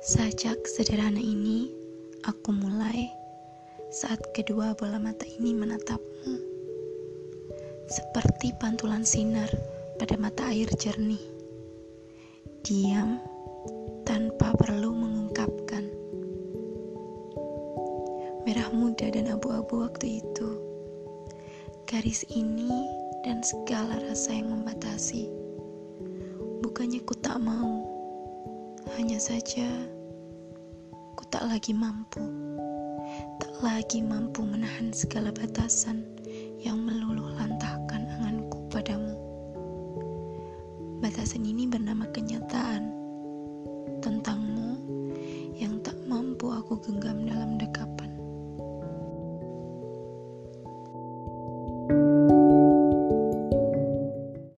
Sajak sederhana ini, aku mulai saat kedua bola mata ini menatapmu. Seperti pantulan sinar pada mata air jernih. Diam tanpa perlu mengungkapkan. Merah muda dan abu-abu waktu itu. Garis ini dan segala rasa yang membatasi. Bukannya ku tak mau, hanya saja ku tak lagi mampu menahan segala batasan yang meluluh